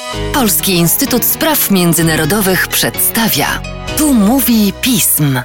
Polski Instytut Spraw Międzynarodowych przedstawia. Tu mówi pism.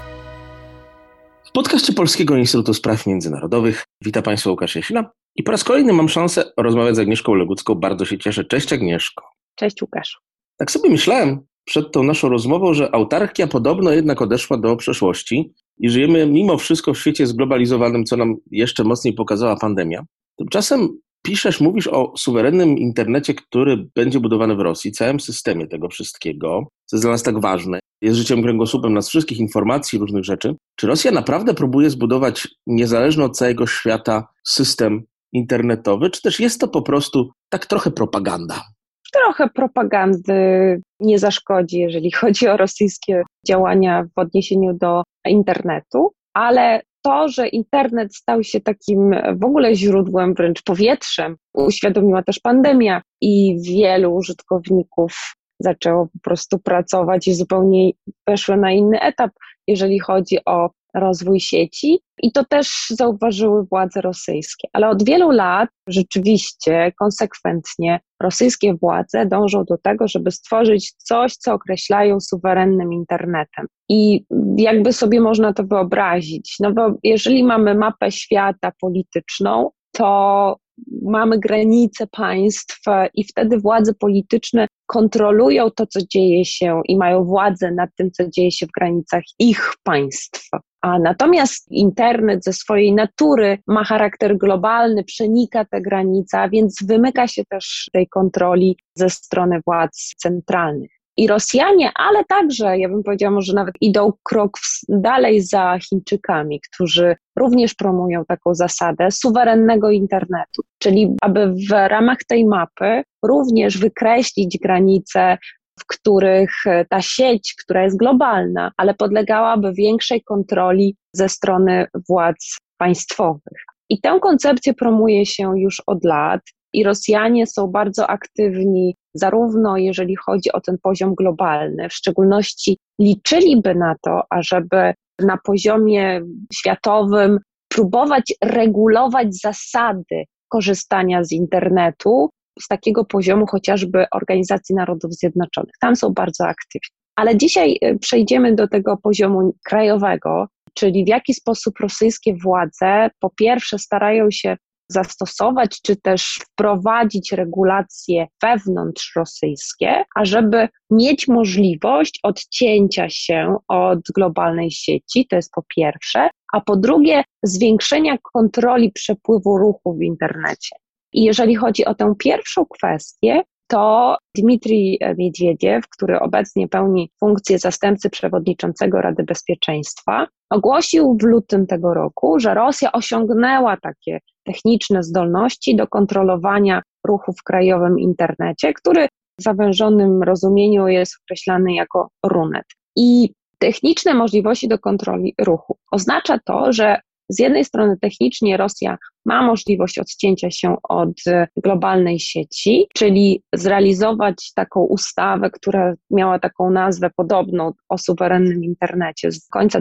W podcaście Polskiego Instytutu Spraw Międzynarodowych witam Państwa Łukasz Jasina i po raz kolejny mam szansę rozmawiać z Agnieszką Legucką. Bardzo się cieszę. Cześć Agnieszko. Cześć Łukaszu. Tak sobie myślałem przed tą naszą rozmową, że autarkia podobno jednak odeszła do przeszłości i żyjemy mimo wszystko w świecie zglobalizowanym, co nam jeszcze mocniej pokazała pandemia. Tymczasem mówisz o suwerennym internecie, który będzie budowany w Rosji, całym systemie tego wszystkiego, co jest dla nas tak ważne. Jest życiem kręgosłupem nas wszystkich, informacji, różnych rzeczy. Czy Rosja naprawdę próbuje zbudować niezależny od całego świata system internetowy, czy też jest to po prostu tak trochę propaganda? Trochę propagandy nie zaszkodzi, jeżeli chodzi o rosyjskie działania w odniesieniu do internetu, ale to, że internet stał się takim w ogóle źródłem, wręcz powietrzem, uświadomiła też pandemia i wielu użytkowników zaczęło po prostu pracować i zupełnie weszło na inny etap, jeżeli chodzi o rozwój sieci. I to też zauważyły władze rosyjskie. Ale od wielu lat rzeczywiście konsekwentnie rosyjskie władze dążą do tego, żeby stworzyć coś, co określają suwerennym internetem. I jakby sobie można to wyobrazić, no bo jeżeli mamy mapę świata polityczną, to mamy granice państw i wtedy władze polityczne kontrolują to, co dzieje się i mają władzę nad tym, co dzieje się w granicach ich państw. A natomiast internet ze swojej natury ma charakter globalny, przenika te granice, więc wymyka się też tej kontroli ze strony władz centralnych. I Rosjanie, ale także, ja bym powiedziała, może nawet idą krok dalej za Chińczykami, którzy również promują taką zasadę suwerennego internetu, czyli aby w ramach tej mapy również wykreślić granice, w których ta sieć, która jest globalna, ale podlegałaby większej kontroli ze strony władz państwowych. I tę koncepcję promuje się już od lat i Rosjanie są bardzo aktywni, zarówno jeżeli chodzi o ten poziom globalny, w szczególności liczyliby na to, ażeby na poziomie światowym próbować regulować zasady korzystania z internetu z takiego poziomu chociażby Organizacji Narodów Zjednoczonych. Tam są bardzo aktywni. Ale dzisiaj przejdziemy do tego poziomu krajowego, czyli w jaki sposób rosyjskie władze po pierwsze starają się zastosować, czy też wprowadzić regulacje wewnątrz rosyjskie, ażeby mieć możliwość odcięcia się od globalnej sieci, to jest po pierwsze, a po drugie zwiększenia kontroli przepływu ruchu w internecie. I jeżeli chodzi o tę pierwszą kwestię, to Dmitrij Miedwiediew, który obecnie pełni funkcję zastępcy przewodniczącego Rady Bezpieczeństwa, ogłosił w lutym tego roku, że Rosja osiągnęła takie techniczne zdolności do kontrolowania ruchu w krajowym internecie, który w zawężonym rozumieniu jest określany jako Runet. I techniczne możliwości do kontroli ruchu oznacza to, że z jednej strony technicznie Rosja ma możliwość odcięcia się od globalnej sieci, czyli zrealizować taką ustawę, która miała taką nazwę podobną o suwerennym internecie z końca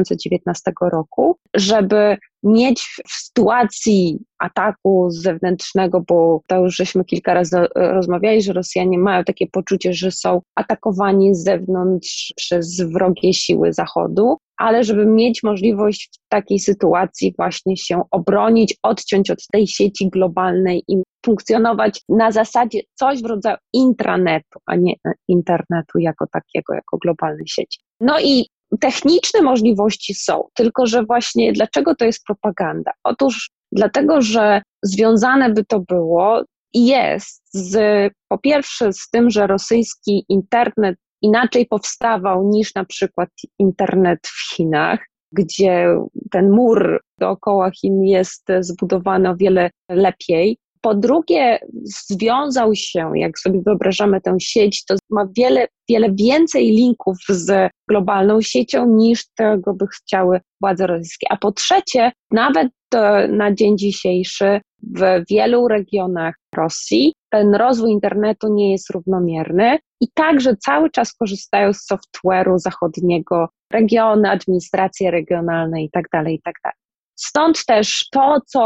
2019 roku, żeby mieć w sytuacji ataku zewnętrznego, bo to już żeśmy kilka razy rozmawiali, że Rosjanie mają takie poczucie, że są atakowani z zewnątrz przez wrogie siły Zachodu, ale żeby mieć możliwość w takiej sytuacji właśnie się obronić, odciąć od tej sieci globalnej i funkcjonować na zasadzie coś w rodzaju intranetu, a nie internetu jako takiego, jako globalnej sieci. No i techniczne możliwości są, tylko że właśnie dlaczego to jest propaganda? Otóż dlatego, że związane by to było i jest po pierwsze z tym, że rosyjski internet inaczej powstawał niż na przykład internet w Chinach, gdzie ten mur dookoła Chin jest zbudowany o wiele lepiej. Po drugie, związał się, jak sobie wyobrażamy tę sieć, to ma wiele więcej linków z globalną siecią niż tego by chciały władze rosyjskie. A po trzecie, nawet na dzień dzisiejszy w wielu regionach Rosji ten rozwój internetu nie jest równomierny i także cały czas korzystają z software'u zachodniego, regiony, administracje regionalne itd. Stąd też to, co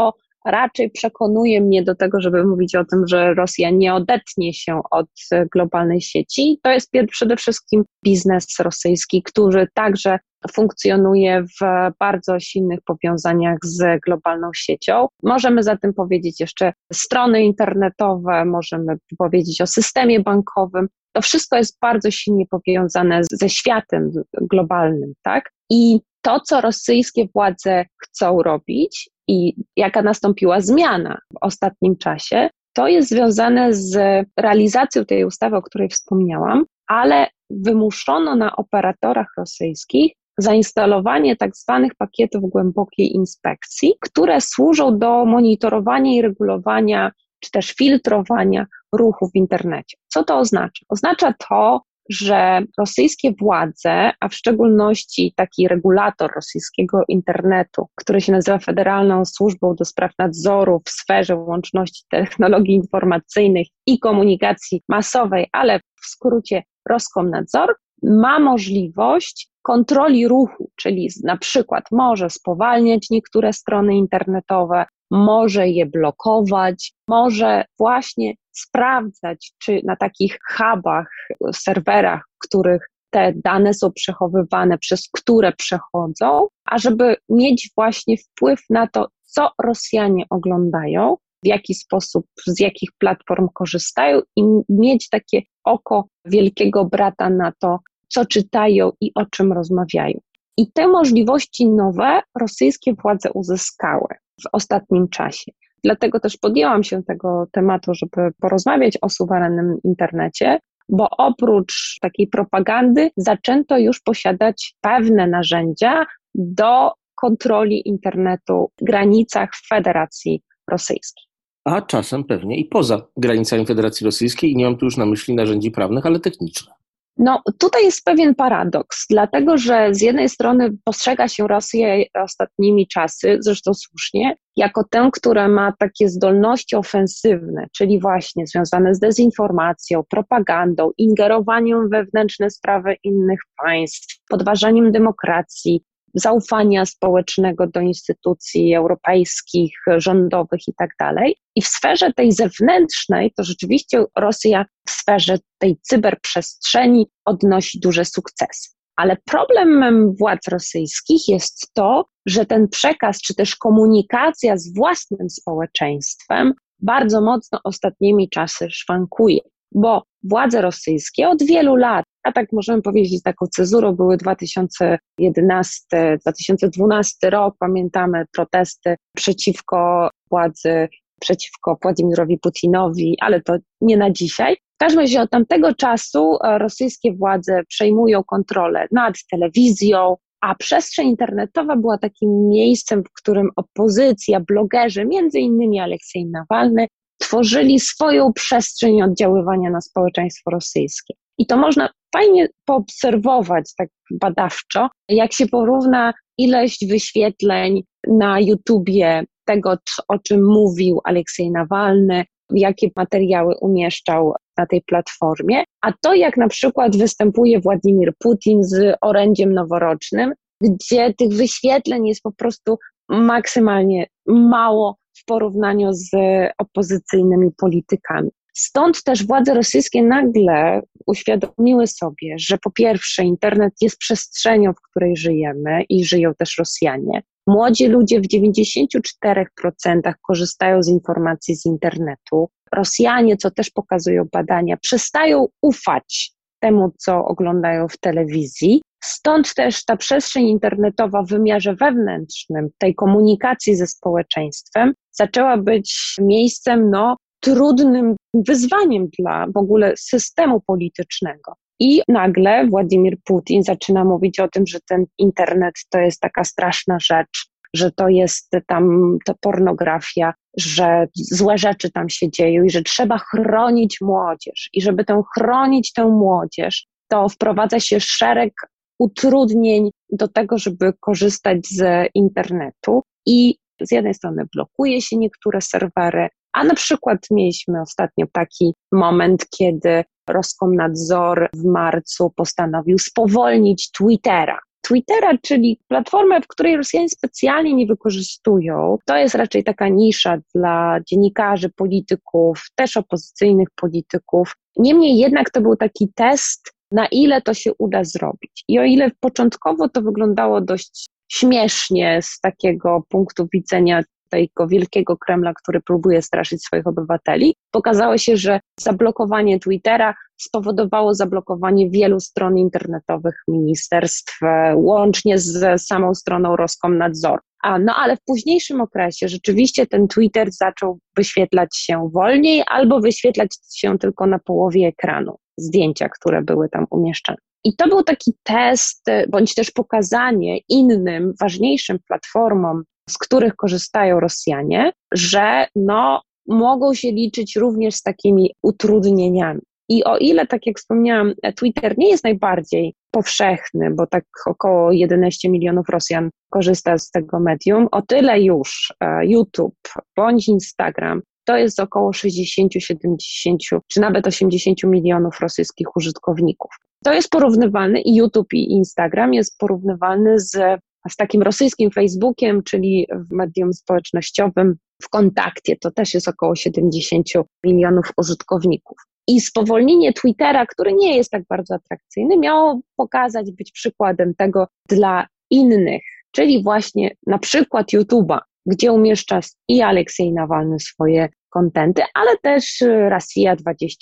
raczej przekonuje mnie do tego, żeby mówić o tym, że Rosja nie odetnie się od globalnej sieci. To jest przede wszystkim biznes rosyjski, który także funkcjonuje w bardzo silnych powiązaniach z globalną siecią. Możemy zatem powiedzieć jeszcze strony internetowe, możemy powiedzieć o systemie bankowym. To wszystko jest bardzo silnie powiązane ze światem globalnym, tak? I to, co rosyjskie władze chcą robić i jaka nastąpiła zmiana w ostatnim czasie, to jest związane z realizacją tej ustawy, o której wspomniałam, ale wymuszono na operatorach rosyjskich zainstalowanie tak zwanych pakietów głębokiej inspekcji, które służą do monitorowania i regulowania, czy też filtrowania ruchu w internecie. Co to oznacza? Oznacza to, że rosyjskie władze, a w szczególności taki regulator rosyjskiego internetu, który się nazywa Federalną Służbą do Spraw Nadzoru w sferze łączności technologii informacyjnych i komunikacji masowej, ale w skrócie Roskomnadzor, ma możliwość kontroli ruchu, czyli na przykład może spowalniać niektóre strony internetowe, może je blokować, może właśnie sprawdzać, czy na takich hubach, serwerach, w których te dane są przechowywane, przez które przechodzą, a żeby mieć właśnie wpływ na to, co Rosjanie oglądają, w jaki sposób, z jakich platform korzystają i mieć takie oko wielkiego brata na to, co czytają i o czym rozmawiają. I te możliwości nowe rosyjskie władze uzyskały w ostatnim czasie. Dlatego też podjęłam się tego tematu, żeby porozmawiać o suwerennym internecie, bo oprócz takiej propagandy zaczęto już posiadać pewne narzędzia do kontroli internetu w granicach Federacji Rosyjskiej. A czasem pewnie i poza granicami Federacji Rosyjskiej i nie mam tu już na myśli narzędzi prawnych, ale technicznych. No tutaj jest pewien paradoks, dlatego że z jednej strony postrzega się Rosję ostatnimi czasy, zresztą słusznie, jako tę, która ma takie zdolności ofensywne, czyli właśnie związane z dezinformacją, propagandą, ingerowaniem w wewnętrzne sprawy innych państw, podważaniem demokracji, zaufania społecznego do instytucji europejskich, rządowych i tak dalej. I w sferze tej zewnętrznej to rzeczywiście Rosja w sferze tej cyberprzestrzeni odnosi duże sukcesy. Ale problemem władz rosyjskich jest to, że ten przekaz, czy też komunikacja z własnym społeczeństwem bardzo mocno ostatnimi czasy szwankuje, bo władze rosyjskie od wielu lat, a tak możemy powiedzieć taką cezurą, były 2011-2012 rok, pamiętamy protesty przeciwko władzy, przeciwko Władimirowi Putinowi, ale to nie na dzisiaj. W każdym razie od tamtego czasu rosyjskie władze przejmują kontrolę nad telewizją, a przestrzeń internetowa była takim miejscem, w którym opozycja, blogerzy, między innymi Aleksiej Nawalny, tworzyli swoją przestrzeń oddziaływania na społeczeństwo rosyjskie. I to można fajnie poobserwować tak badawczo, jak się porówna ilość wyświetleń na YouTubie tego, o czym mówił Aleksiej Nawalny, jakie materiały umieszczał na tej platformie, a to jak na przykład występuje Władimir Putin z orędziem noworocznym, gdzie tych wyświetleń jest po prostu maksymalnie mało w porównaniu z opozycyjnymi politykami. Stąd też władze rosyjskie nagle uświadomiły sobie, że po pierwsze internet jest przestrzenią, w której żyjemy i żyją też Rosjanie. Młodzi ludzie w 94% korzystają z informacji z internetu. Rosjanie, co też pokazują badania, przestają ufać temu, co oglądają w telewizji. Stąd też ta przestrzeń internetowa w wymiarze wewnętrznym, tej komunikacji ze społeczeństwem, zaczęła być miejscem trudnym wyzwaniem dla w ogóle systemu politycznego. I nagle Władimir Putin zaczyna mówić o tym, że ten internet to jest taka straszna rzecz, że to jest tam to pornografia, że złe rzeczy tam się dzieją i że trzeba chronić młodzież. I żeby chronić tę młodzież, to wprowadza się szereg utrudnień do tego, żeby korzystać z internetu i z jednej strony blokuje się niektóre serwery, a na przykład mieliśmy ostatnio taki moment, kiedy Roskomnadzor w marcu postanowił spowolnić Twittera. Twittera, czyli platformę, w której Rosjanie specjalnie nie wykorzystują. To jest raczej taka nisza dla dziennikarzy, polityków, też opozycyjnych polityków. Niemniej jednak to był taki test, na ile to się uda zrobić. I o ile początkowo to wyglądało dość śmiesznie z takiego punktu widzenia tego wielkiego Kremla, który próbuje straszyć swoich obywateli, pokazało się, że zablokowanie Twittera spowodowało zablokowanie wielu stron internetowych ministerstw, łącznie z samą stroną Roskomnadzoru. Ale w późniejszym okresie rzeczywiście ten Twitter zaczął wyświetlać się wolniej albo wyświetlać się tylko na połowie ekranu zdjęcia, które były tam umieszczane. I to był taki test, bądź też pokazanie innym, ważniejszym platformom, z których korzystają Rosjanie, że mogą się liczyć również z takimi utrudnieniami. I o ile, tak jak wspomniałam, Twitter nie jest najbardziej powszechny, bo tak około 11 milionów Rosjan korzysta z tego medium, o tyle już YouTube bądź Instagram to jest około 60, 70 czy nawet 80 milionów rosyjskich użytkowników. To jest porównywalne i YouTube i Instagram jest porównywalny z takim rosyjskim Facebookiem, czyli w medium społecznościowym w Kontakcie. To też jest około 70 milionów użytkowników. I spowolnienie Twittera, który nie jest tak bardzo atrakcyjny, miało pokazać, być przykładem tego dla innych, czyli właśnie na przykład YouTube'a, gdzie umieszcza i Aleksiej Nawalny swoje kontenty, ale też Rosja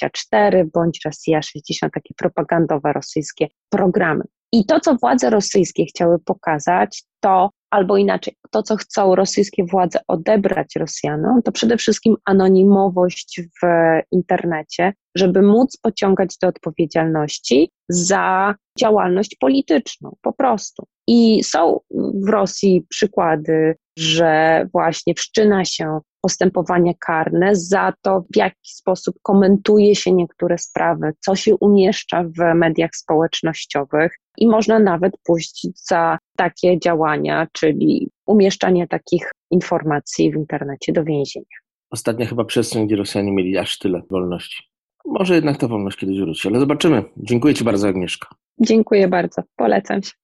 24 bądź Rosja 60, takie propagandowe rosyjskie programy. I to, co władze rosyjskie chciały pokazać, to albo inaczej, to, co chcą rosyjskie władze odebrać Rosjanom, to przede wszystkim anonimowość w internecie, żeby móc pociągać do odpowiedzialności za działalność polityczną, po prostu. I są w Rosji przykłady, że właśnie wszczyna się postępowanie karne za to, w jaki sposób komentuje się niektóre sprawy, co się umieszcza w mediach społecznościowych i można nawet pójść za takie działania, czyli umieszczanie takich informacji w internecie do więzienia. Ostatnia chyba przestrzeń, gdzie Rosjanie mieli aż tyle wolności. Może jednak ta wolność kiedyś wróci, ale zobaczymy. Dziękuję Ci bardzo, Agnieszka. Dziękuję bardzo, polecam się.